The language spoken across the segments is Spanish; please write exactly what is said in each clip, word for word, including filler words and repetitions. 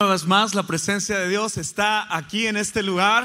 vez más, la presencia de Dios está aquí en este lugar.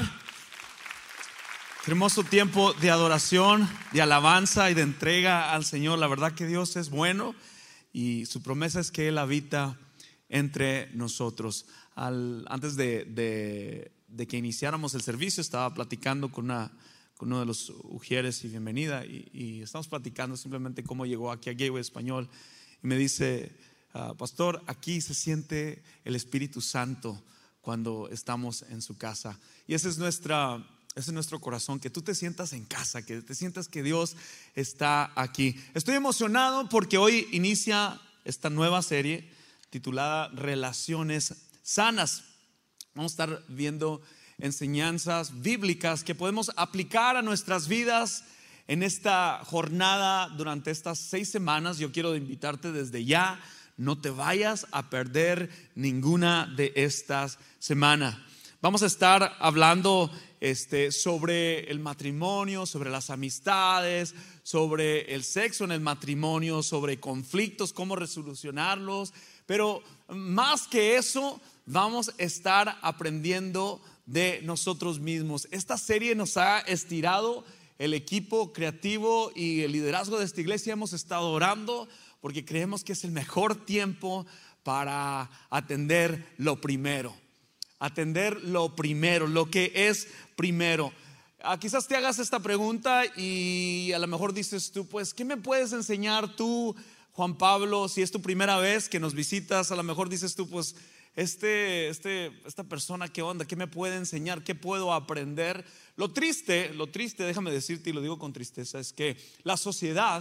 Hermoso tiempo de adoración, de alabanza y de entrega al Señor. La verdad que Dios es bueno y su promesa es que Él habita entre nosotros. Al, antes de, de, de que iniciáramos el servicio, estaba platicando con, una, con uno de los ujieres y bienvenida y, y estamos platicando simplemente cómo llegó aquí a Gateway Español y me dice: uh, pastor, aquí se siente el Espíritu Santo cuando estamos en su casa. Y esa es nuestra, ese es nuestro corazón, que tú te sientas en casa, que te sientas que Dios está aquí. Estoy emocionado porque hoy inicia esta nueva serie titulada Relaciones Sanas. Vamos a estar viendo enseñanzas bíblicas que podemos aplicar a nuestras vidas en esta jornada durante estas seis semanas. Yo quiero invitarte desde ya, no te vayas a perder ninguna de estas semanas. Vamos a estar hablando este, sobre el matrimonio, sobre las amistades, sobre el sexo en el matrimonio, sobre conflictos, cómo resolucionarlos. Pero más que eso, vamos a estar aprendiendo de nosotros mismos. Esta serie nos ha estirado el equipo creativo y el liderazgo de esta iglesia. Hemos estado orando porque creemos que es el mejor tiempo para atender lo primero. Atender lo primero, lo que es primero. Ah, quizás te hagas esta pregunta y a lo mejor dices tú: pues, ¿qué me puedes enseñar tú, Juan Pablo? Si es tu primera vez que nos visitas, a lo mejor dices tú: pues, este, este, esta persona, ¿qué onda? ¿Qué me puede enseñar? ¿Qué puedo aprender? Lo triste, lo triste, déjame decirte, y lo digo con tristeza, es que la sociedad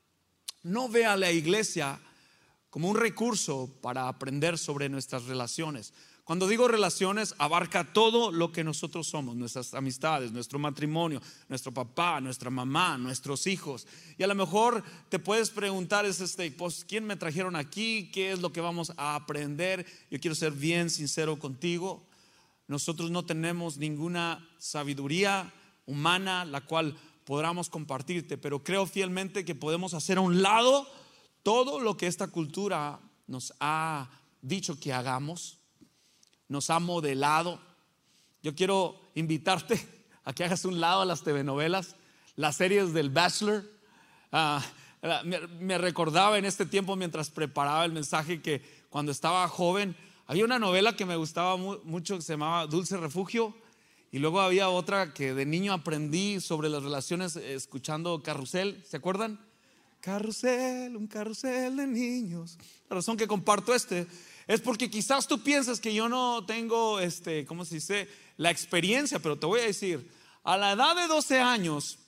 no ve a la iglesia como un recurso para aprender sobre nuestras relaciones. Cuando digo relaciones, abarca todo lo que nosotros somos: nuestras amistades, nuestro matrimonio, nuestro papá, nuestra mamá, nuestros hijos. Y a lo mejor te puedes preguntar, es este, pues, ¿quién me trajeron aquí? ¿Qué es lo que vamos a aprender? Yo quiero ser bien sincero contigo. Nosotros no tenemos ninguna sabiduría humana la cual podamos compartirte, pero creo fielmente que podemos hacer a un lado todo lo que esta cultura nos ha dicho que hagamos, nos ha modelado. Yo quiero invitarte a que hagas un lado a las telenovelas, las series del Bachelor. Uh, me, me recordaba en este tiempo, mientras preparaba el mensaje, que cuando estaba joven había una novela que me gustaba mu- mucho que se llamaba Dulce Refugio. Y luego había otra que de niño aprendí sobre las relaciones eh, escuchando Carrusel. ¿Se acuerdan? Carrusel, un carrusel de niños. La razón que comparto este es porque quizás tú piensas que yo no tengo, este, ¿cómo se dice?, la experiencia, pero te voy a decir, a la edad de doce años,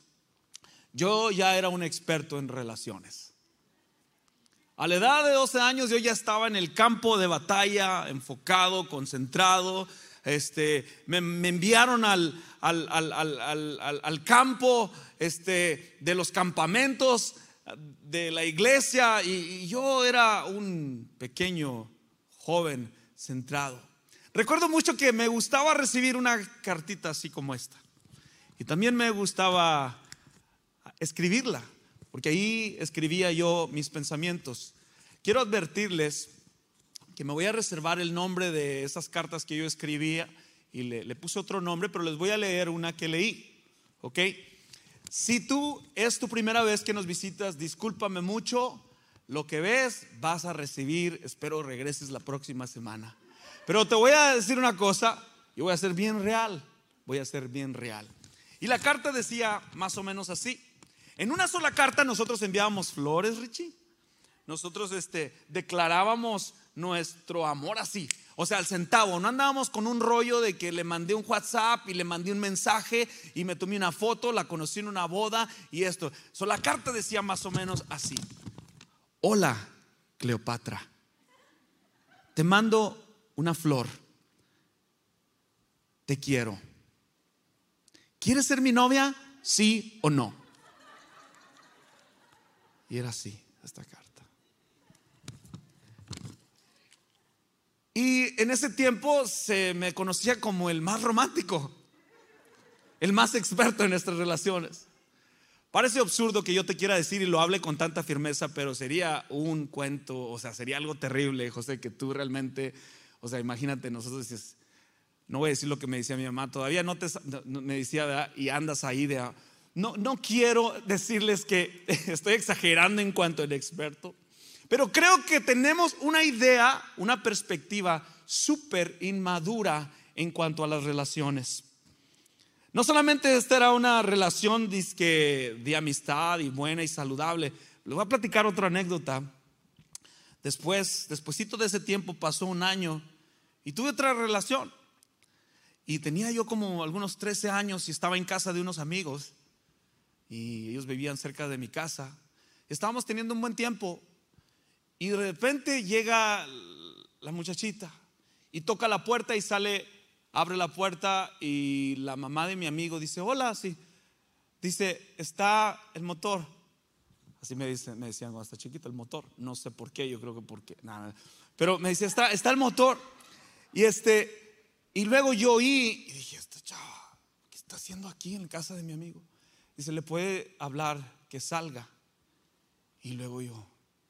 yo ya era un experto en relaciones. A la edad de doce años yo ya estaba en el campo de batalla, enfocado, concentrado. Este, me, me enviaron al, al, al, al, al, al campo este, de los campamentos de la iglesia, y, y yo era un pequeño joven centrado. Recuerdo mucho que me gustaba recibir una cartita así como esta, y también me gustaba escribirla, porque ahí escribía yo mis pensamientos. Quiero advertirles que me voy a reservar el nombre de esas cartas que yo escribía, y le, le puse otro nombre, pero les voy a leer una que leí, ¿ok? Si tú es tu primera vez que nos visitas, discúlpame mucho. Lo que ves vas a recibir. Espero regreses la próxima semana. Pero te voy a decir una cosa, yo voy a ser bien real. Voy a ser bien real. Y la carta decía más o menos así. En una sola carta nosotros enviábamos flores, Richie. Nosotros este, declarábamos nuestro amor así, o sea, al centavo. No andábamos con un rollo de que le mandé un WhatsApp y le mandé un mensaje y me tomé una foto, la conocí en una boda y esto. So, la carta decía más o menos así: hola, Cleopatra, te mando una flor, te quiero. ¿Quieres ser mi novia? ¿Sí o no? Y era así esta carta. Y en ese tiempo se me conocía como el más romántico, el más experto en nuestras relaciones. Parece absurdo que yo te quiera decir y lo hable con tanta firmeza, pero sería un cuento, o sea, sería algo terrible, José, que tú realmente O sea, imagínate, nosotros dices, no voy a decir lo que me decía mi mamá, todavía no te, no, me decía, ¿verdad? Y andas ahí de, no, no quiero decirles que estoy exagerando en cuanto al experto, pero creo que tenemos una idea, una perspectiva súper inmadura en cuanto a las relaciones. No solamente esta era una relación dizque, de amistad y buena y saludable. Les voy a platicar otra anécdota. Después, despuesito de ese tiempo pasó un año y tuve otra relación. Y tenía yo como algunos trece años y estaba en casa de unos amigos y ellos vivían cerca de mi casa. Estábamos teniendo un buen tiempo y de repente llega la muchachita y toca la puerta y sale, abre la puerta y la mamá de mi amigo dice, hola, sí. Dice, está el motor. Así me, dice, me decían cuando está chiquito, el motor. No sé por qué, yo creo que porque nada. Pero me dice, está, está el motor. Y este, y luego yo oí y dije, esta chava, ¿qué está haciendo aquí en casa de mi amigo? Dice, le puede hablar que salga. Y luego yo,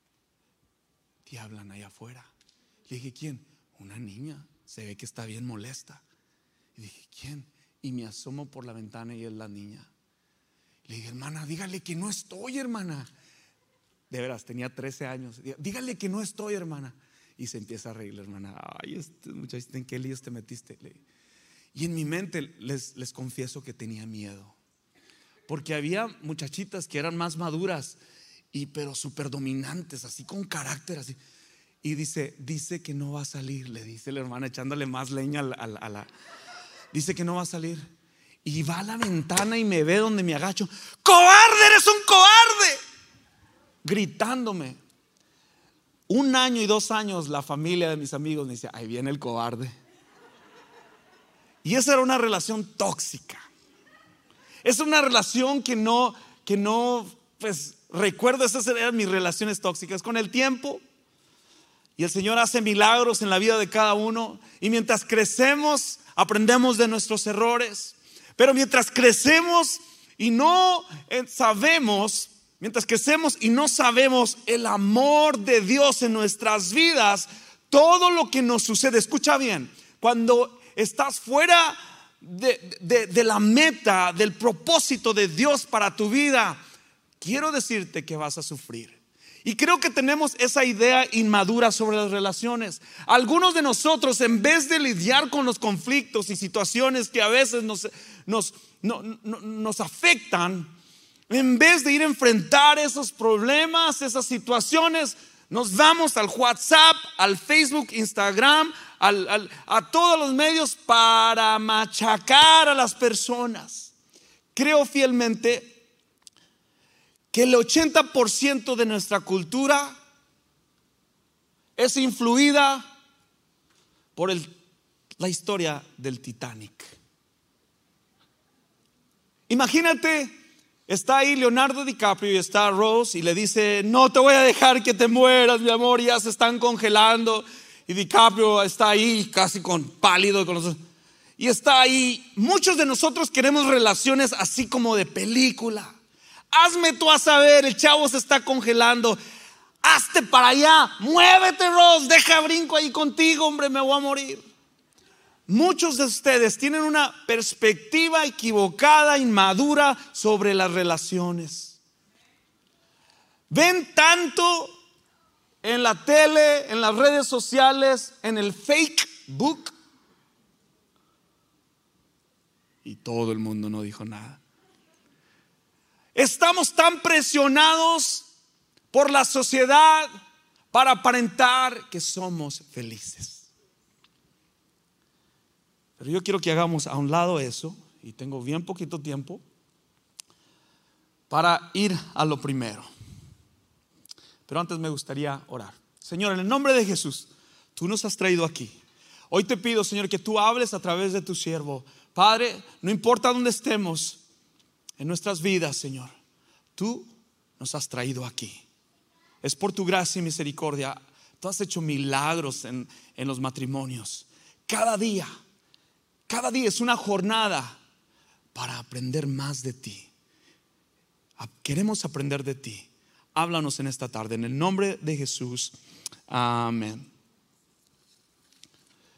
¿qué hablan allá afuera? Le dije, ¿quién? Una niña, se ve que está bien molesta. Y dije, ¿quién? Y me asomo por la ventana y es la niña. Le dije, hermana, dígale que no estoy, hermana. De veras, tenía trece años. Dígale que no estoy, hermana. Y se empieza a reír la hermana. Ay, este muchachito, ¿en qué líos te metiste? Y en mi mente les, les confieso que tenía miedo, porque había muchachitas que eran más maduras y pero súper dominantes, así con carácter así. Y dice, dice que no va a salir, le dice la hermana echándole más leña a la, a la, a la. Dice que no va a salir. Y va a la ventana y me ve donde me agacho. ¡Cobarde, eres un cobarde! Gritándome. Un año y dos años la familia de mis amigos me dice, ahí viene el cobarde. Y esa era una relación tóxica. Es una relación que no, que no, pues recuerdo, esas eran mis relaciones tóxicas. Con el tiempo, y el Señor hace milagros en la vida de cada uno. Y mientras crecemos, aprendemos de nuestros errores. Pero mientras crecemos y no sabemos, mientras crecemos y no sabemos el amor de Dios en nuestras vidas, todo lo que nos sucede, escucha bien, cuando estás fuera de, de, de la meta, del propósito de Dios para tu vida, quiero decirte que vas a sufrir. Y creo que tenemos esa idea inmadura sobre las relaciones. Algunos de nosotros, en vez de lidiar con los conflictos y situaciones que a veces nos, nos, no, no, nos afectan, en vez de ir a enfrentar esos problemas, esas situaciones, nos vamos al WhatsApp, al Facebook, Instagram, al, al, a todos los medios para machacar a las personas. Creo fielmente que el ochenta por ciento de nuestra cultura es influida por el, la historia del Titanic. Imagínate, está ahí Leonardo DiCaprio y está Rose y le dice, no te voy a dejar que te mueras, mi amor, ya se están congelando. Y DiCaprio está ahí casi con pálido con los, y está ahí. Muchos de nosotros queremos relaciones así como de película. Hazme tú a saber, el chavo se está congelando, hazte para allá, muévete, Ross, deja brinco ahí contigo, hombre, me voy a morir. Muchos de ustedes tienen una perspectiva equivocada, inmadura sobre las relaciones. Ven tanto en la tele, en las redes sociales, en el Facebook, y todo el mundo no dijo nada. Estamos tan presionados por la sociedad para aparentar que somos felices. Pero yo quiero que hagamos a un lado eso, y tengo bien poquito tiempo para ir a lo primero. Pero antes me gustaría orar. Señor, en el nombre de Jesús, tú nos has traído aquí. Hoy te pido, Señor, que tú hables a través de tu siervo. Padre, no importa dónde estemos en nuestras vidas, Señor, tú nos has traído aquí. Es por tu gracia y misericordia. Tú has hecho milagros en, en los matrimonios. Cada día, cada día es una jornada para aprender más de ti. Queremos aprender de ti. Háblanos en esta tarde, en el nombre de Jesús. Amén.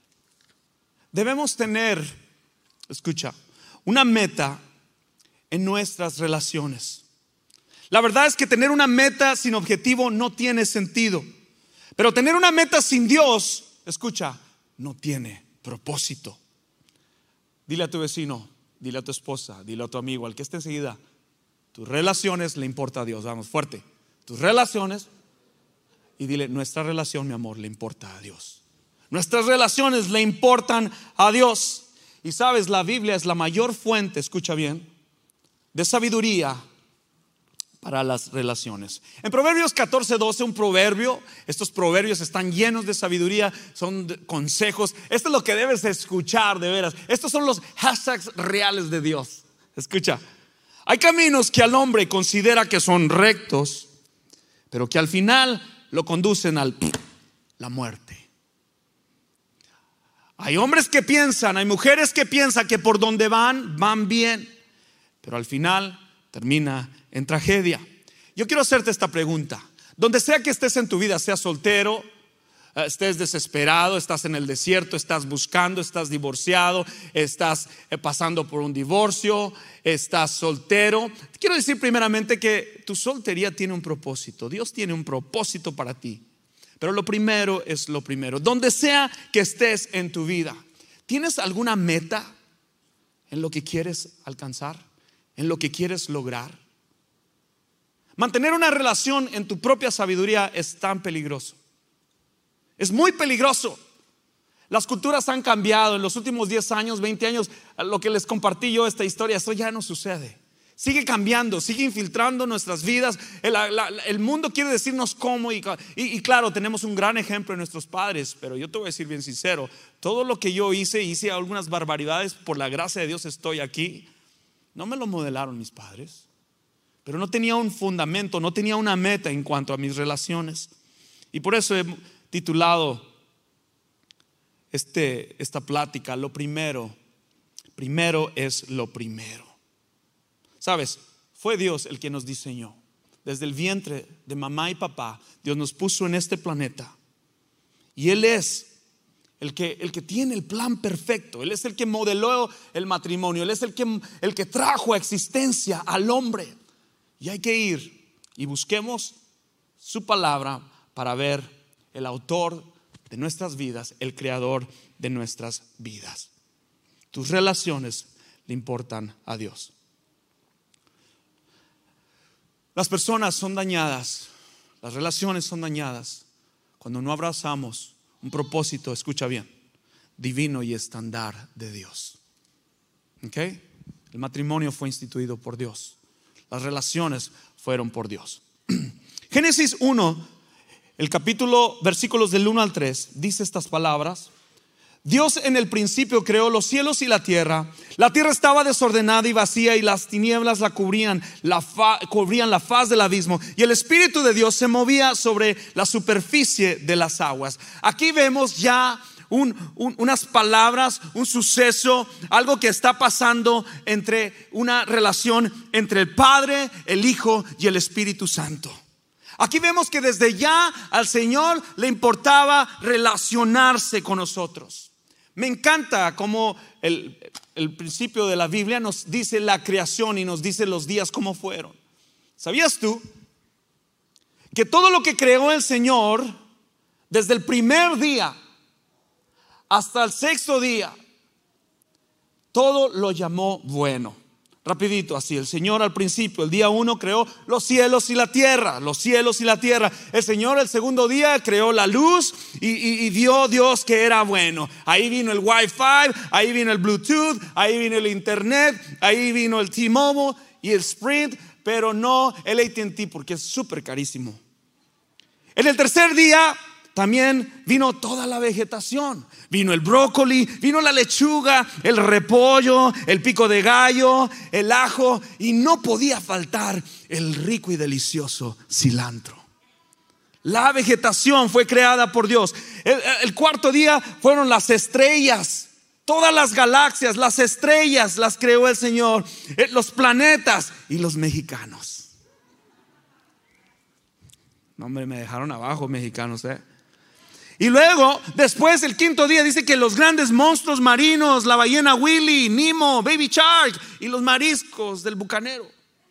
Debemos tener, escucha, una meta en nuestras relaciones. La verdad es que tener una meta sin objetivo no tiene sentido. Pero tener una meta sin Dios, escucha, no tiene propósito. Dile a tu vecino, dile a tu esposa, dile a tu amigo, al que esté enseguida, tus relaciones le importa a Dios. Vamos, fuerte. Tus relaciones. Y dile, nuestra relación, mi amor, le importa a Dios. Nuestras relaciones le importan a Dios. Y sabes, la Biblia es la mayor fuente, escucha bien, de sabiduría para las relaciones. En Proverbios catorce doce, un proverbio, estos proverbios están llenos de sabiduría, son consejos. Esto es lo que debes escuchar de veras. Estos son los hashtags reales de Dios. Escucha, hay caminos que al hombre considera que son rectos, pero que al final lo conducen a la muerte. Hay hombres que piensan, hay mujeres que piensan que por donde van, van bien, pero al final termina en tragedia. Yo quiero hacerte esta pregunta. Donde sea que estés en tu vida, seas soltero, estés desesperado, estás en el desierto, estás buscando, estás divorciado, estás pasando por un divorcio, estás soltero, quiero decir primeramente que tu soltería tiene un propósito. Dios tiene un propósito para ti. Pero lo primero es lo primero. Donde sea que estés en tu vida, ¿tienes alguna meta en lo que quieres alcanzar? ¿En lo que quieres lograr? Mantener una relación en tu propia sabiduría es tan peligroso. Es muy peligroso. Las culturas han cambiado en los últimos diez años, veinte años. Lo que les compartí yo, esta historia, eso ya no sucede. Sigue cambiando, sigue infiltrando nuestras vidas. El, la, el mundo quiere decirnos cómo y, y, y claro, tenemos un gran ejemplo en nuestros padres. Pero yo te voy a decir bien sincero, todo lo que yo hice, hice algunas barbaridades. Por la gracia de Dios estoy aquí. No me lo modelaron mis padres, pero no tenía un fundamento, no tenía una meta en cuanto a mis relaciones. Y por eso he titulado este, esta plática, lo primero, primero es lo primero. Sabes, fue Dios el que nos diseñó. Desde el vientre de mamá y papá, Dios nos puso en este planeta. Y Él es el que, el que tiene el plan perfecto. Él es el que modeló el matrimonio. Él es el que, el que trajo a existencia al hombre. Y hay que ir y busquemos su palabra para ver el autor de nuestras vidas, el creador de nuestras vidas. Tus relaciones le importan a Dios. Las personas son dañadas, las relaciones son dañadas cuando no abrazamos un propósito, escucha bien, divino y estándar de Dios. ¿Ok? El matrimonio fue instituido por Dios. Las relaciones fueron por Dios. Génesis uno, el capítulo, versículos del uno al tres, dice estas palabras. Dios en el principio creó los cielos y la tierra. La tierra estaba desordenada y vacía, y las tinieblas la cubrían, la fa, cubrían la faz del abismo, y el Espíritu de Dios se movía sobre la superficie de las aguas. Aquí vemos ya un, un, unas palabras, un suceso, algo que está pasando entre una relación entre el Padre, el Hijo y el Espíritu Santo. Aquí vemos que desde ya al Señor le importaba relacionarse con nosotros. Me encanta cómo el, el principio de la Biblia nos dice la creación y nos dice los días cómo fueron. ¿Sabías tú que todo lo que creó el Señor, desde el primer día hasta el sexto día, todo lo llamó bueno? Rapidito así, el Señor al principio, el día uno creó los cielos y la tierra, los cielos y la tierra. El Señor el segundo día creó la luz y, y, y vio Dios que era bueno. Ahí vino el Wi-Fi, ahí vino el Bluetooth, ahí vino el internet, ahí vino el T-Mobile y el Sprint, pero no el A T and T porque es súper carísimo. En el tercer día también vino toda la vegetación. Vino el brócoli, vino la lechuga, el repollo, el pico de gallo, el ajo, y no podía faltar el rico y delicioso cilantro. La vegetación fue creada por Dios. El, el cuarto día fueron las estrellas. Todas las galaxias, las estrellas las creó el Señor. Los planetas y los mexicanos. No, hombre, me dejaron abajo mexicanos, eh Y luego, después, el quinto día, dice que los grandes monstruos marinos, la ballena Willy, Nemo, Baby Shark y los mariscos del bucanero.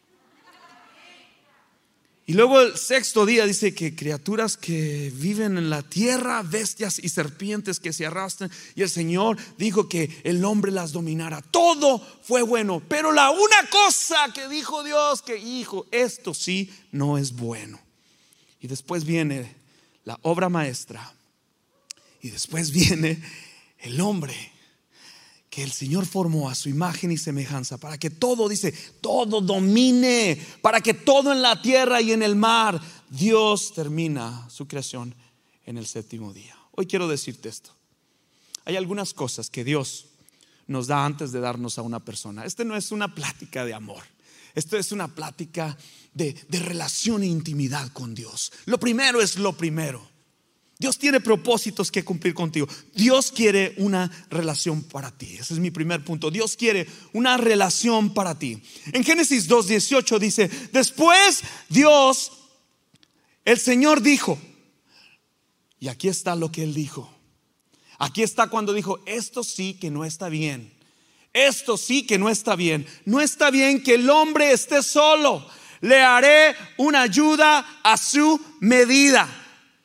Y luego el sexto día dice que criaturas que viven en la tierra, bestias y serpientes que se arrastran. Y el Señor dijo que el hombre las dominara. Todo fue bueno, pero la una cosa que dijo Dios, que hijo, esto sí no es bueno. Y después viene la obra maestra. Y después viene el hombre que el Señor formó a su imagen y semejanza, para que todo, dice, todo domine, para que todo en la tierra y en el mar. Dios termina su creación en el séptimo día. Hoy quiero decirte esto. Hay algunas cosas que Dios nos da antes de darnos a una persona. Este no es una plática de amor. Esto es una plática de, de relación e intimidad con Dios. Lo primero es lo primero. Dios tiene propósitos que cumplir contigo. Dios quiere una relación para ti. Ese es mi primer punto. Dios quiere una relación para ti. En Génesis dos dieciocho dice: después Dios, el Señor dijo, y aquí está lo que Él dijo. Aquí está cuando dijo: esto sí que no está bien. Esto sí que no está bien. No está bien que el hombre esté solo. Le haré una ayuda a su medida.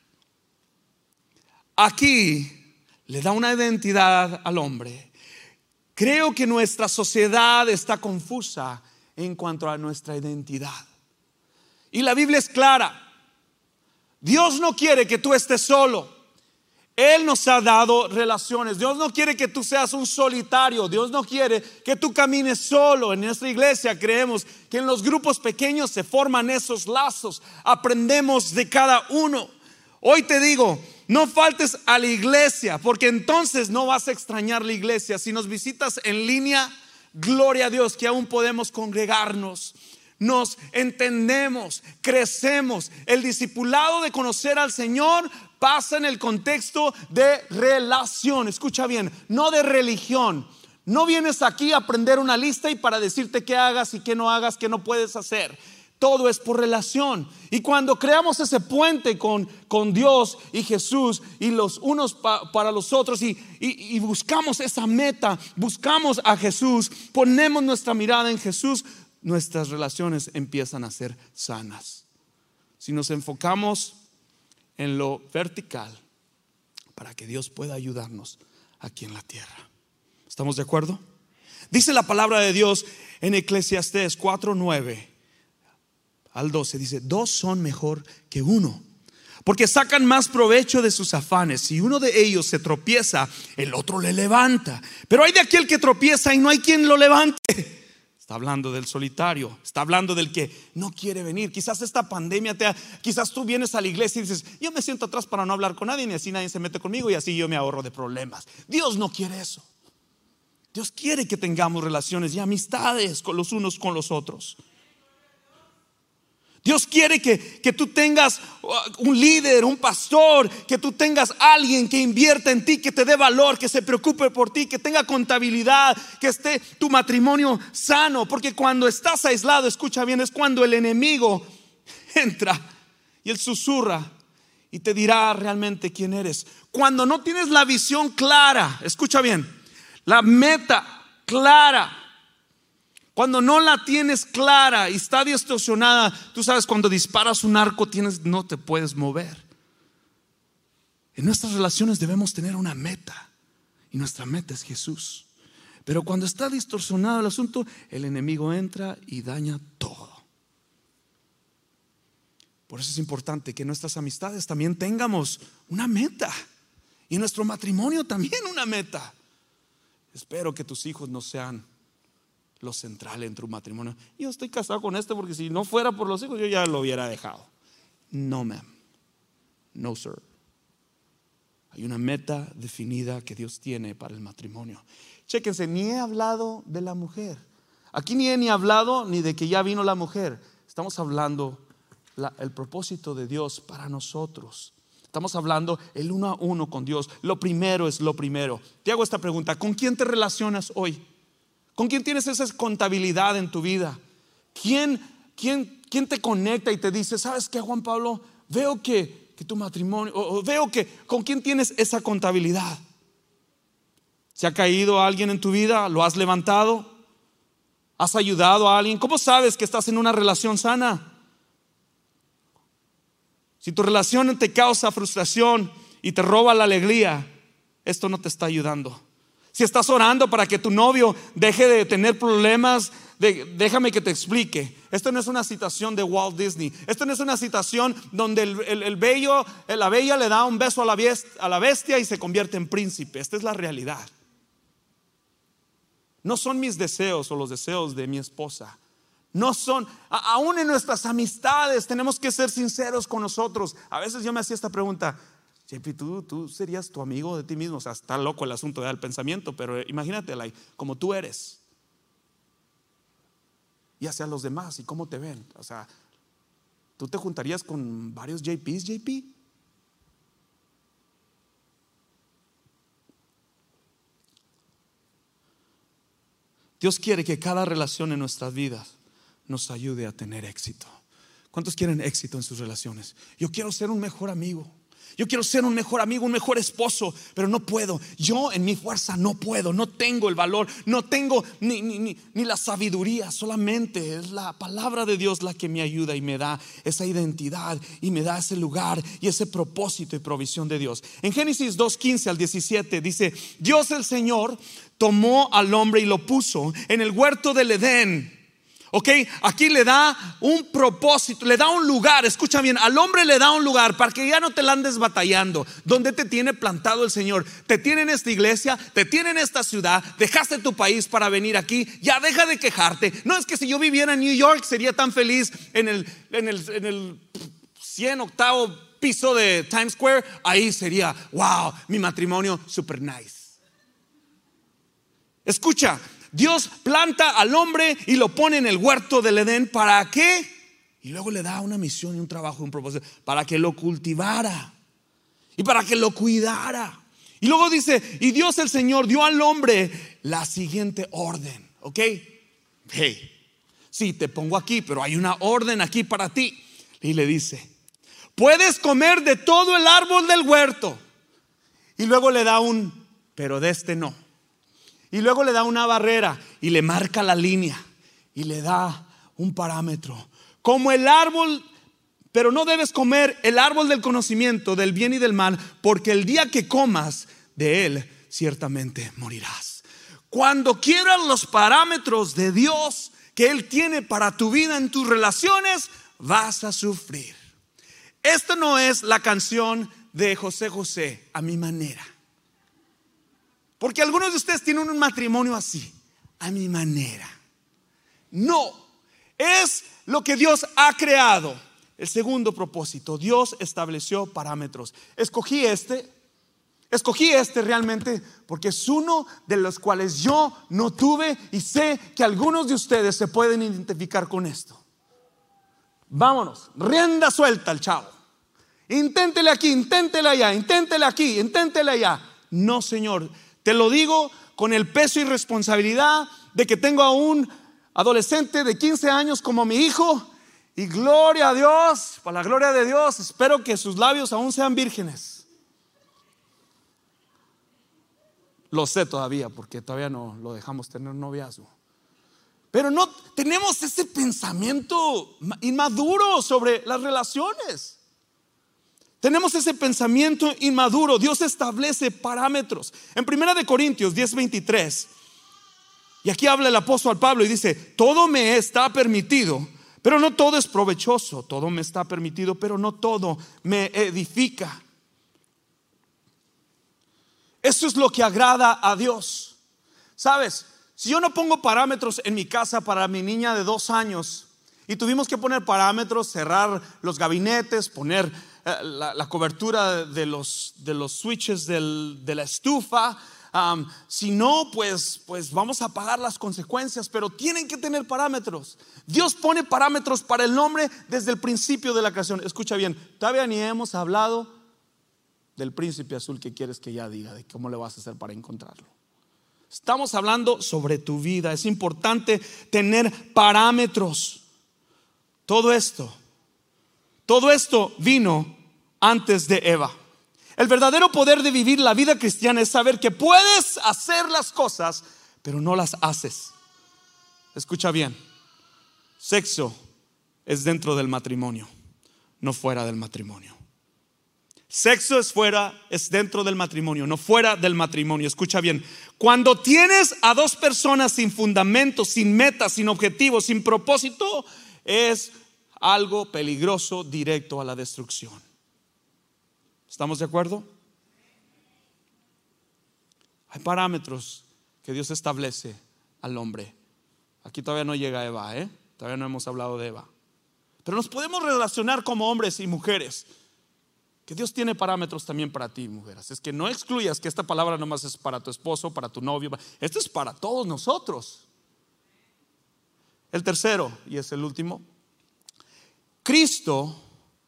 Aquí le da una identidad al hombre. Creo que nuestra sociedad está confusa en cuanto a nuestra identidad. Y la Biblia es clara. Dios no quiere que tú estés solo. Él nos ha dado relaciones. Dios no quiere que tú seas un solitario. Dios no quiere que tú camines solo. En nuestra iglesia creemos que en los grupos pequeños se forman esos lazos. Aprendemos de cada uno. Hoy te digo, no faltes a la iglesia, porque entonces no vas a extrañar la iglesia. Si nos visitas en línea, gloria a Dios que aún podemos congregarnos. Nos entendemos, crecemos. El discipulado de conocer al Señor pasa en el contexto de relación. Escucha bien, no de religión. No vienes aquí a aprender una lista y para decirte qué hagas y qué no hagas, qué no puedes hacer. Todo es por relación. Y cuando creamos ese puente con, con Dios y Jesús y los unos pa, para los otros y, y, y buscamos esa meta, buscamos a Jesús, ponemos nuestra mirada en Jesús, nuestras relaciones empiezan a ser sanas. Si nos enfocamos en lo vertical, para que Dios pueda ayudarnos aquí en la tierra. ¿Estamos de acuerdo? Dice la palabra de Dios en Eclesiastés cuatro nueve al doce, dice: dos son mejor que uno, porque sacan más provecho de sus afanes. Si uno de ellos se tropieza, el otro le levanta. Pero hay de aquel que tropieza y no hay quien lo levante. Está hablando del solitario. Está hablando del que no quiere venir. Quizás esta pandemia te ha, quizás tú vienes a la iglesia y dices: yo me siento atrás para no hablar con nadie, y así nadie se mete conmigo y así yo me ahorro de problemas. Dios no quiere eso. Dios quiere que tengamos relaciones y amistades con los unos con los otros. Dios quiere que, que tú tengas un líder, un pastor, que tú tengas alguien que invierta en ti, que te dé valor, que se preocupe por ti, que tenga contabilidad, que esté tu matrimonio sano. Porque cuando estás aislado, escucha bien, es cuando el enemigo entra y él susurra y te dirá realmente quién eres. Cuando no tienes la visión clara, escucha bien, la meta clara. Cuando no la tienes clara y está distorsionada, tú sabes, cuando disparas un arco tienes, no te puedes mover. En nuestras relaciones debemos tener una meta, y nuestra meta es Jesús. Pero cuando está distorsionado el asunto, el enemigo entra y daña todo. Por eso es importante que en nuestras amistades también tengamos una meta, y en nuestro matrimonio también una meta. Espero que tus hijos no sean lo central en tu matrimonio. Yo estoy casado con este porque si no fuera por los hijos yo ya lo hubiera dejado. No, ma'am. No, sir. Hay una meta definida que Dios tiene para el matrimonio. Chéquense, ni he hablado de la mujer. Aquí ni he ni hablado ni de que ya vino la mujer. Estamos hablando la, el propósito de Dios para nosotros. Estamos hablando el uno a uno con Dios. Lo primero es lo primero. Te hago esta pregunta: ¿con quién te relacionas hoy? ¿Con quién tienes esa contabilidad en tu vida? ¿Quién, quién, quién te conecta y te dice: ¿sabes qué, Juan Pablo? Veo que, que tu matrimonio, o, o veo que con quién tienes esa contabilidad. ¿Se ha caído alguien en tu vida? ¿Lo has levantado? ¿Has ayudado a alguien? ¿Cómo sabes que estás en una relación sana? Si tu relación te causa frustración y te roba la alegría, esto no te está ayudando. Si estás orando para que tu novio deje de tener problemas, de, déjame que te explique. Esto no es una citación de Walt Disney. Esto no es una citación donde el, el, el bello, la bella le da un beso a la, bestia, a la bestia y se convierte en príncipe. Esta es la realidad. No son mis deseos o los deseos de mi esposa. No son, a, aún en nuestras amistades tenemos que ser sinceros con nosotros. A veces yo me hacía esta pregunta: J P, ¿tú, tú serías tu amigo de ti mismo? O sea, está loco el asunto del pensamiento, pero imagínate like, como tú eres y hacia los demás y cómo te ven. O sea, ¿tú te juntarías con varios J Ps, J P? Dios quiere que cada relación en nuestras vidas nos ayude a tener éxito. ¿Cuántos quieren éxito en sus relaciones? Yo quiero ser un mejor amigo. Yo quiero ser un mejor amigo, un mejor esposo, pero no puedo. Yo en mi fuerza no puedo, no tengo el valor, no tengo ni, ni, ni, ni la sabiduría. Solamente es la palabra de Dios la que me ayuda y me da esa identidad y me da ese lugar y ese propósito y provisión de Dios. En Génesis dos quince al diecisiete dice: Dios el Señor tomó al hombre y lo puso en el huerto del Edén. Ok, aquí le da un propósito, le da un lugar. Escucha bien, al hombre le da un lugar para que ya no te la andes batallando. Donde te tiene plantado el Señor? Te tiene en esta iglesia, te tiene en esta ciudad. Dejaste tu país para venir aquí. Ya deja de quejarte. No es que si yo viviera en New York sería tan feliz en el, en el, en el cien octavo piso de Times Square. Ahí sería, wow, mi matrimonio super nice. Escucha, Dios planta al hombre y lo pone en el huerto del Edén. ¿Para qué? Y luego le da una misión y un trabajo, un propósito, para que lo cultivara y para que lo cuidara. Y luego dice: y Dios el Señor dio al hombre la siguiente orden. Ok, hey, sí, te pongo aquí, pero hay una orden aquí para ti. Y le dice: puedes comer de todo el árbol del huerto. Y luego le da un, pero de este no. Y luego le da una barrera y le marca la línea y le da un parámetro. Como el árbol, pero no debes comer el árbol del conocimiento del bien y del mal, porque el día que comas de él, ciertamente morirás. Cuando quieras los parámetros de Dios que Él tiene para tu vida en tus relaciones, vas a sufrir. Esta no es la canción de José José, a mi manera. Porque algunos de ustedes tienen un matrimonio así, a mi manera. No, es lo que Dios ha creado. El segundo propósito: Dios estableció parámetros. Escogí este, escogí este realmente porque es uno de los cuales yo no tuve, y sé que algunos de ustedes se pueden identificar con esto. Vámonos, rienda suelta al chavo. Inténtele aquí, inténtele allá, inténtele aquí, inténtele allá. No, Señor. Te lo digo con el peso y responsabilidad de que tengo a un adolescente de quince años como mi hijo. Y gloria a Dios, para la gloria de Dios, espero que sus labios aún sean vírgenes. Lo sé todavía, porque todavía no lo dejamos tener noviazgo. Pero no tenemos ese pensamiento inmaduro sobre las relaciones. Tenemos ese pensamiento inmaduro. Dios establece parámetros. En primera de Corintios diez veintitrés, y aquí habla el apóstol Pablo y dice: todo me está permitido, pero no todo es provechoso. Todo me está permitido, pero no todo me edifica. Eso es lo que agrada a Dios. ¿Sabes? Si yo no pongo parámetros en mi casa para mi niña de dos años, y tuvimos que poner parámetros, cerrar los gabinetes, poner eh, la, la cobertura de los, de los switches del, de la estufa. Um, si no, pues, pues vamos a pagar las consecuencias, pero tienen que tener parámetros. Dios pone parámetros para el hombre desde el principio de la creación. Escucha bien, todavía ni hemos hablado del príncipe azul que quieres que ya diga, de cómo le vas a hacer para encontrarlo. Estamos hablando sobre tu vida. Es importante tener parámetros. Todo esto, todo esto vino antes de Eva. El verdadero poder de vivir la vida cristiana es saber que puedes hacer las cosas, pero no las haces. Escucha bien. Sexo es dentro del matrimonio, no fuera del matrimonio. Sexo es fuera, es dentro del matrimonio, no fuera del matrimonio. Escucha bien. Cuando tienes a dos personas sin fundamento, sin meta, sin objetivo, sin propósito, es algo peligroso, directo a la destrucción. ¿Estamos de acuerdo? Hay parámetros que Dios establece al hombre. Aquí todavía no llega Eva, ¿eh? Todavía no hemos hablado de Eva. Pero nos podemos relacionar como hombres y mujeres. Que Dios tiene parámetros también para ti, mujeres. Es que no excluyas que esta palabra nomás es para tu esposo, para tu novio. Esto es para todos nosotros. El tercero, y es el último. Cristo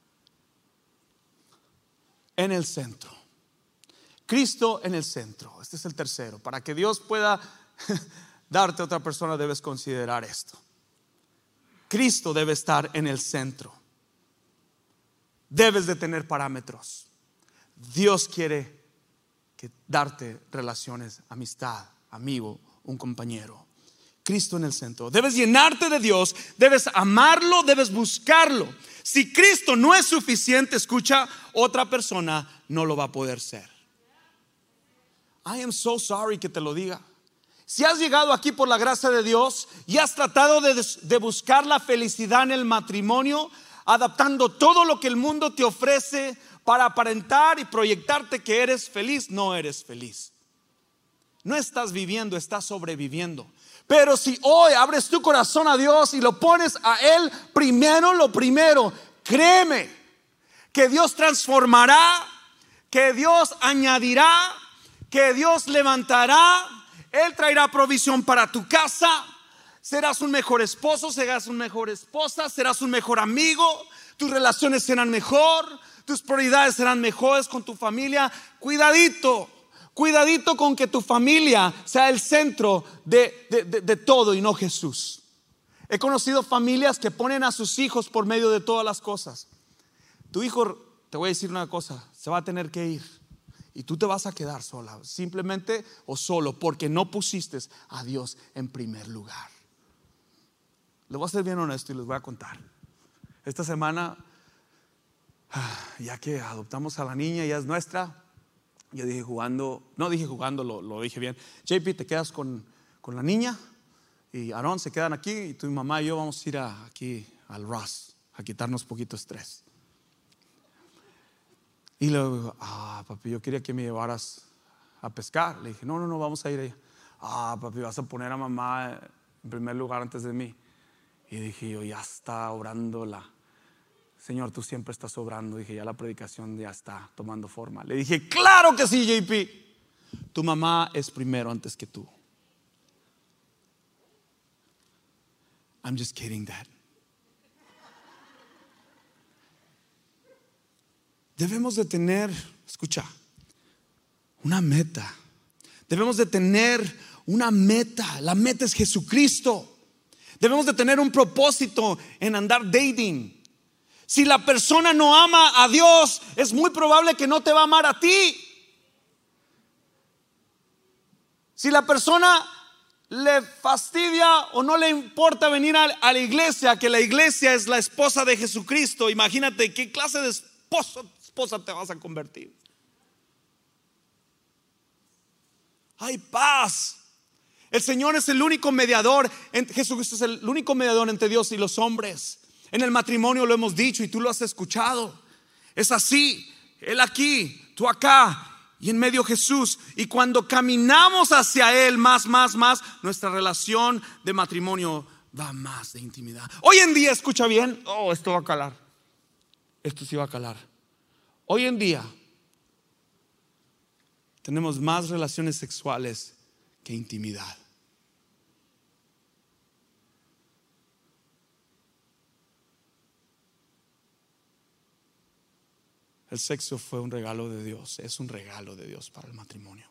en el centro. Cristo en el centro. Este es el tercero. Para que Dios pueda darte a otra persona, debes considerar esto. Cristo debe estar en el centro. Debes de tener parámetros. Dios quiere que darte relaciones, amistad, amigo, un compañero. Cristo en el centro. Debes llenarte de Dios, debes amarlo, debes buscarlo. Si Cristo no es suficiente, escucha, otra persona no lo va a poder ser. I am so sorry que te lo diga. Si has llegado aquí por la gracia de Dios y has tratado de, de buscar la felicidad en el matrimonio, adaptando todo lo que el mundo te ofrece para aparentar y proyectarte que eres feliz, no eres feliz. No estás viviendo, estás sobreviviendo. Pero si hoy abres tu corazón a Dios y lo pones a Él primero, lo primero, créeme que Dios transformará, que Dios añadirá, que Dios levantará. Él traerá provisión para tu casa. Serás un mejor esposo, serás una mejor esposa, serás un mejor amigo. Tus relaciones serán mejor, tus prioridades serán mejores con tu familia. Cuidadito, cuidadito con que tu familia sea el centro de, de, de, de todo y no Jesús. He conocido familias que ponen a sus hijos por medio de todas las cosas. Tu hijo, te voy a decir una cosa, se va a tener que ir. Y tú te vas a quedar sola, simplemente o solo, porque no pusiste a Dios en primer lugar. Les voy a ser bien honesto y les voy a contar. Esta semana, ya que adoptamos a la niña, ya es nuestra, yo dije jugando, no dije jugando, lo, lo dije bien. J P, te quedas con, con la niña y Aarón se quedan aquí y tu mamá y yo vamos a ir a, aquí al Ross a quitarnos poquito estrés. Y luego digo, ah, papi, yo quería que me llevaras a pescar. Le dije, no, no, no, vamos a ir allá. Ah, papi, vas a poner a mamá en primer lugar antes de mí. Y dije yo, ya está orando la Señor, tú siempre estás obrando. Dije, ya la predicación ya está tomando forma. Le dije, claro que sí, J P. Tu mamá es primero antes que tú. I'm just kidding, Dad. Debemos de tener, escucha, una meta. Debemos de tener una meta. La meta es Jesucristo. Debemos de tener un propósito en andar dating. Si la persona no ama a Dios, es muy probable que no te va a amar a ti. Si la persona le fastidia o no le importa venir a, a la iglesia, que la iglesia es la esposa de Jesucristo, imagínate qué clase de esposo esposa te vas a convertir. Hay paz. El Señor es el único mediador. Jesucristo es el único mediador entre Dios y los hombres. En el matrimonio lo hemos dicho y tú lo has escuchado. Es así. Él aquí, tú acá y en medio Jesús. Y cuando caminamos hacia Él más, más, más, nuestra relación de matrimonio va más de intimidad. Hoy en día, escucha bien. Oh, esto va a calar. Esto sí va a calar. Hoy en día tenemos más relaciones sexuales que intimidad. El sexo fue un regalo de Dios, es un regalo de Dios para el matrimonio.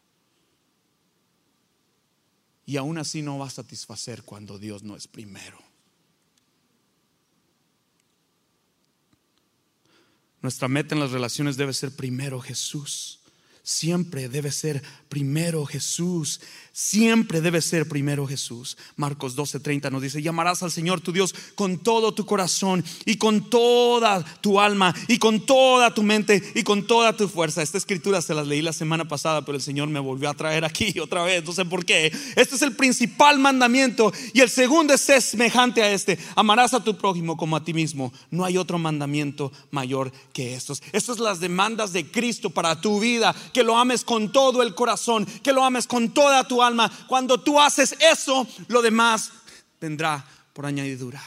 Y aún así no va a satisfacer cuando Dios no es primero. Nuestra meta en las relaciones debe ser primero Jesús. Siempre debe ser primero Jesús. Siempre debe ser primero Jesús. Marcos doce treinta nos dice: llamarás al Señor tu Dios con todo tu corazón y con toda tu alma y con toda tu mente y con toda tu fuerza. Esta escritura se las leí la semana pasada, pero el Señor me volvió a traer aquí otra vez, no sé por qué. Este es el principal mandamiento, y el segundo es semejante a este: amarás a tu prójimo como a ti mismo. No hay otro mandamiento mayor que estos. Estas son las demandas de Cristo para tu vida: que lo ames con todo el corazón, que lo ames con toda tu alma. Cuando tú haces eso, lo demás vendrá por añadidura.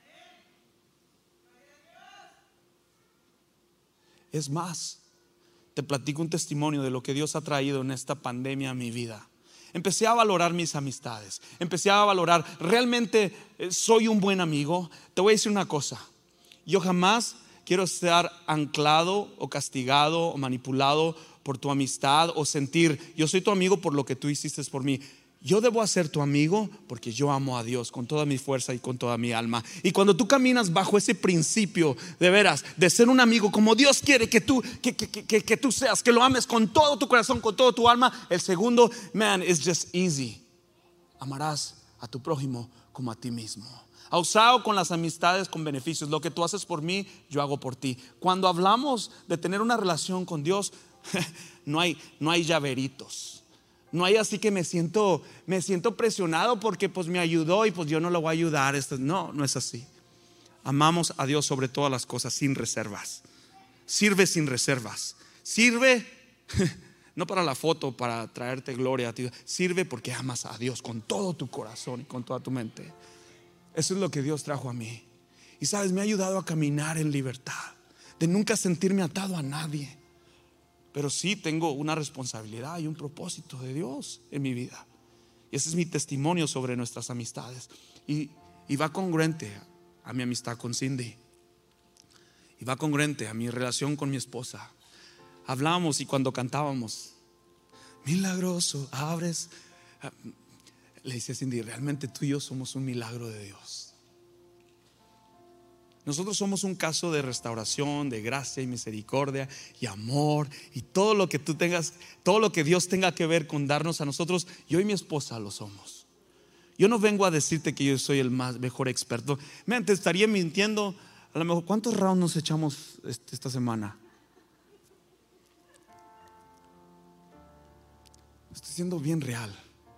Es más, te platico un testimonio de lo que Dios ha traído en esta pandemia a mi vida. Empecé a valorar mis amistades. Empecé a valorar, realmente soy un buen amigo. Te voy a decir una cosa: yo jamás quiero estar anclado o castigado o manipulado por tu amistad, o sentir yo soy tu amigo por lo que tú hiciste por mí. Yo debo ser tu amigo porque yo amo a Dios con toda mi fuerza y con toda mi alma. Y cuando tú caminas bajo ese principio de veras de ser un amigo como Dios quiere que tú, que, que, que, que tú seas, que lo ames con todo tu corazón, con toda tu alma, el segundo, man, is just easy. Amarás a tu prójimo como a ti mismo. Usado con las amistades con beneficios. Lo que tú haces por mí, yo hago por ti. Cuando hablamos de tener una relación con Dios, no hay, no hay llaveritos. No hay así que me siento, me siento presionado porque pues me ayudó y pues yo no lo voy a ayudar. Esto, no, no es así. Amamos a Dios sobre todas las cosas, sin reservas. Sirve sin reservas. Sirve no para la foto, para traerte gloria a ti. Sirve porque amas a Dios con todo tu corazón y con toda tu mente. Eso es lo que Dios trajo a mí. Y sabes, me ha ayudado a caminar en libertad, de nunca sentirme atado a nadie. Pero sí tengo una responsabilidad y un propósito de Dios en mi vida. Y ese es mi testimonio sobre nuestras amistades. Y, y va congruente a mi amistad con Cindy. Y va congruente a mi relación con mi esposa. Hablábamos y cuando cantábamos, milagroso, abres. Le decía a Cindy: realmente tú y yo somos un milagro de Dios. Nosotros somos un caso de restauración, de gracia y misericordia y amor, y todo lo que tú tengas, todo lo que Dios tenga que ver con darnos a nosotros, yo y mi esposa lo somos. Yo no vengo a decirte que yo soy el más mejor experto. Me te estaría mintiendo. A lo mejor, ¿cuántos rounds nos echamos esta semana? Estoy siendo bien real.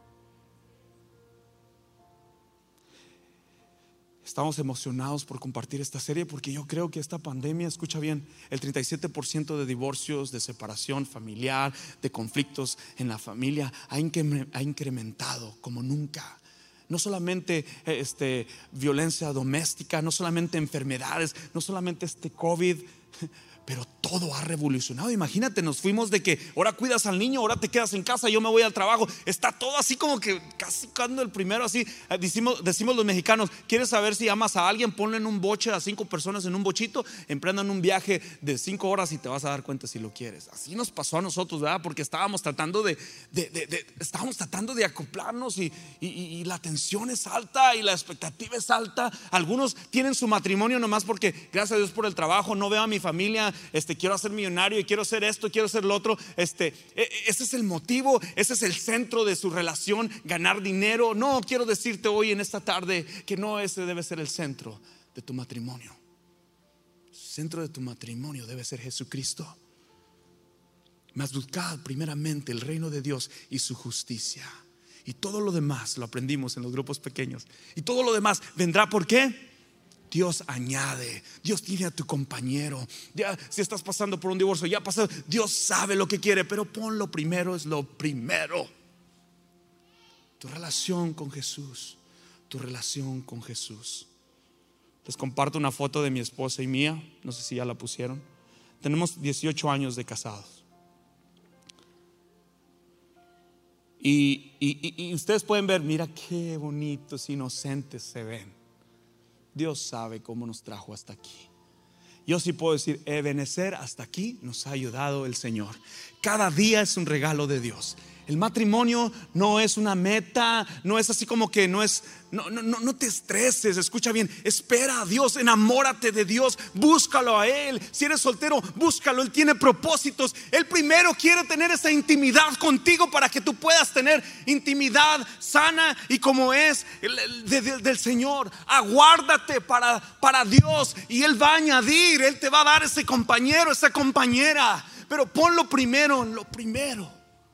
Estamos emocionados por compartir esta serie porque yo creo que esta pandemia, escucha bien, el treinta y siete por ciento de divorcios, de separación familiar, de conflictos en la familia ha incrementado como nunca. No solamente este, violencia doméstica, no solamente enfermedades, no solamente este COVID, pero todo ha revolucionado. Imagínate, nos fuimos de que ahora cuidas al niño, ahora te quedas en casa, yo me voy al trabajo. Está todo así como que casi cuando el primero así. Decimos, decimos los mexicanos: ¿quieres saber si amas a alguien? Ponle en un boche a cinco personas en un bochito, emprendan un viaje de cinco horas y te vas a dar cuenta si lo quieres. Así nos pasó a nosotros, ¿verdad? Porque estábamos tratando de, de, de, de estábamos tratando de acoplarnos y, y, y la tensión es alta y la expectativa es alta. Algunos tienen su matrimonio nomás porque gracias a Dios por el trabajo, no veo a mi familia. Este, quiero ser millonario y quiero hacer esto, quiero hacer lo otro. Este, ese es el motivo, ese es el centro de su relación, ganar dinero. No, quiero decirte hoy en esta tarde que no, ese debe ser el centro de tu matrimonio. El centro de tu matrimonio debe ser Jesucristo. Mas buscad primeramente el reino de Dios y su justicia, y todo lo demás lo aprendimos en los grupos pequeños. Y todo lo demás vendrá. ¿Por qué? Dios añade. Dios tiene a tu compañero. Ya, si estás pasando por un divorcio, ya pasado, Dios sabe lo que quiere, pero ponlo primero, es lo primero. Tu relación con Jesús. Tu relación con Jesús. Les comparto una foto de mi esposa y mía. No sé si ya la pusieron. Tenemos dieciocho años de casados. Y, y, y, y ustedes pueden ver, mira qué bonitos, inocentes se ven. Dios sabe cómo nos trajo hasta aquí. Yo sí puedo decir, Ebenezer, hasta aquí nos ha ayudado el Señor. Cada día es un regalo de Dios. El matrimonio no es una meta, no es así como que no es, no, no, no, no te estreses, escucha bien, espera a Dios, enamórate de Dios, búscalo a Él. Si eres soltero, búscalo, Él tiene propósitos. Él primero quiere tener esa intimidad contigo para que tú puedas tener intimidad sana y como es de, de, del Señor. Aguárdate para, para Dios y Él va a añadir, Él te va a dar ese compañero, esa compañera, pero ponlo primero, lo primero.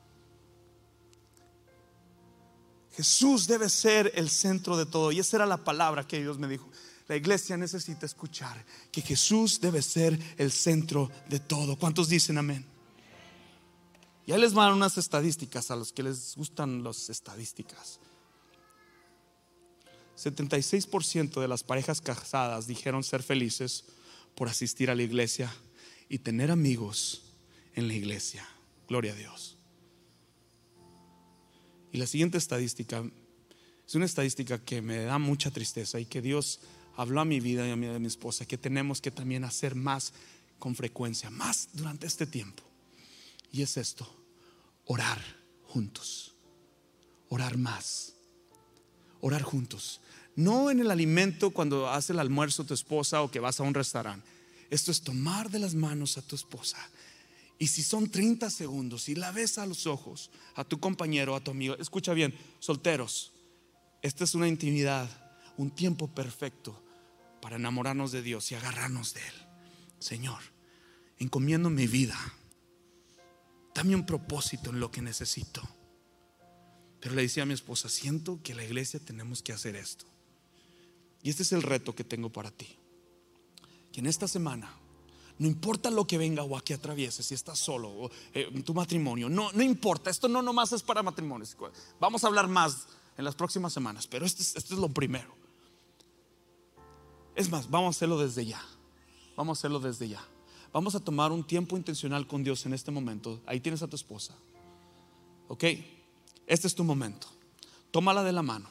Jesús debe ser el centro de todo. Y esa era la palabra que Dios me dijo. La iglesia necesita escuchar que Jesús debe ser el centro de todo. ¿Cuántos dicen amén? Ya les van unas estadísticas a los que les gustan las estadísticas. setenta y seis por ciento de las parejas casadas dijeron ser felices por asistir a la iglesia y tener amigos en la iglesia. Gloria a Dios. Y la siguiente estadística es una estadística que me da mucha tristeza y que Dios habló a mi vida y a mi, a mi esposa, que tenemos que también hacer más con frecuencia, más durante este tiempo. Y es esto: orar juntos, orar más, orar juntos. No en el alimento cuando hace el almuerzo tu esposa o que vas a un restaurante. Esto es tomar de las manos a tu esposa. Y si son treinta segundos y la ves a los ojos, a tu compañero, a tu amigo, escucha bien, solteros, esta es una intimidad, un tiempo perfecto para enamorarnos de Dios y agarrarnos de Él. Señor, encomiendo mi vida, dame un propósito en lo que necesito. Pero le decía a mi esposa, siento que la iglesia tenemos que hacer esto. Y este es el reto que tengo para ti, que en esta semana, no importa lo que venga o a que atravieses, si estás solo o eh, en tu matrimonio, no, no importa, esto no nomás es para matrimonios. Vamos a hablar más en las próximas semanas, pero esto es, esto es lo primero. Es más, vamos a hacerlo desde ya. Vamos a hacerlo desde ya. Vamos a tomar un tiempo intencional con Dios en este momento. Ahí tienes a tu esposa. Ok, este es tu momento. Tómala de la mano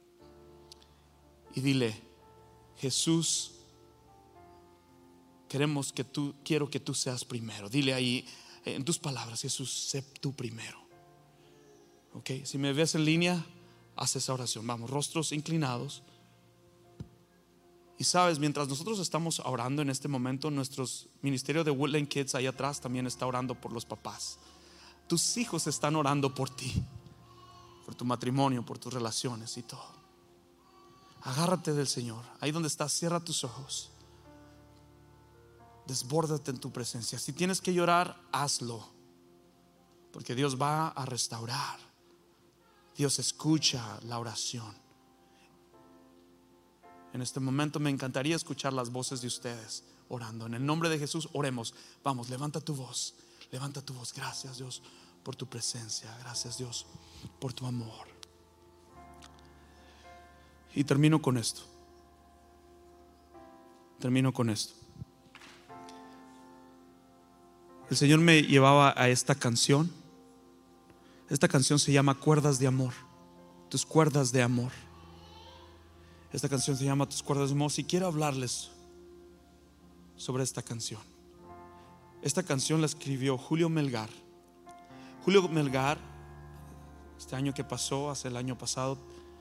y dile: Jesús, queremos que tú, quiero que tú seas primero. Dile ahí en tus palabras: Jesús, sé tú primero. Ok, si me ves en línea, haz esa oración. Vamos, rostros inclinados. Y sabes, mientras nosotros estamos orando en este momento, nuestros ministerio de Woodland Kids ahí atrás también está orando por los papás. Tus hijos están orando por ti, por tu matrimonio, por tus relaciones y todo. Agárrate del Señor. Ahí donde estás, cierra tus ojos. Desbórdate en tu presencia. Si tienes que llorar, hazlo, porque Dios va a restaurar. Dios escucha la oración. En este momento me encantaría escuchar las voces de ustedes orando. En el nombre de Jesús, oremos. Vamos, levanta tu voz. Levanta tu voz. Gracias, Dios, por tu presencia. Gracias, Dios, por tu amor. Y termino con esto. Termino con esto. El Señor me llevaba a esta canción. Esta canción se llama Cuerdas de Amor. Tus cuerdas de amor. Esta canción se llama Tus cuerdas de amor. Si quiero hablarles sobre esta canción. Esta canción la escribió Julio Melgar. Julio Melgar, este año que pasó, hace el año pasado,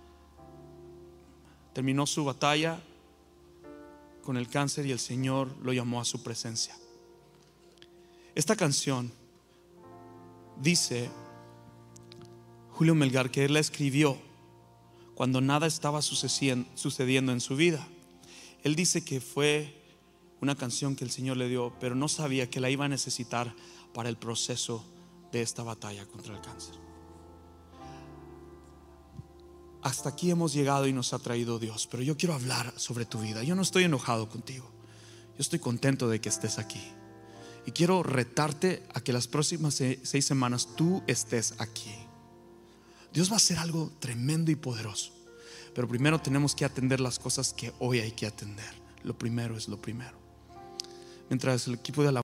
terminó su batalla con el cáncer y el Señor lo llamó a su presencia. Esta canción dice Julio Melgar que él la escribió cuando nada estaba sucediendo en su vida. Él dice que fue una canción que el Señor le dio, pero no sabía que la iba a necesitar para el proceso de esta batalla contra el cáncer. Hasta aquí hemos llegado y nos ha traído Dios, pero yo quiero hablar sobre tu vida. Yo no estoy enojado contigo, yo estoy contento de que estés aquí. Y quiero retarte a que las próximas seis semanas tú estés aquí. Dios va a hacer algo tremendo y poderoso, pero primero tenemos que atender las cosas que hoy hay que atender. Lo primero es lo primero. Mientras el equipo de la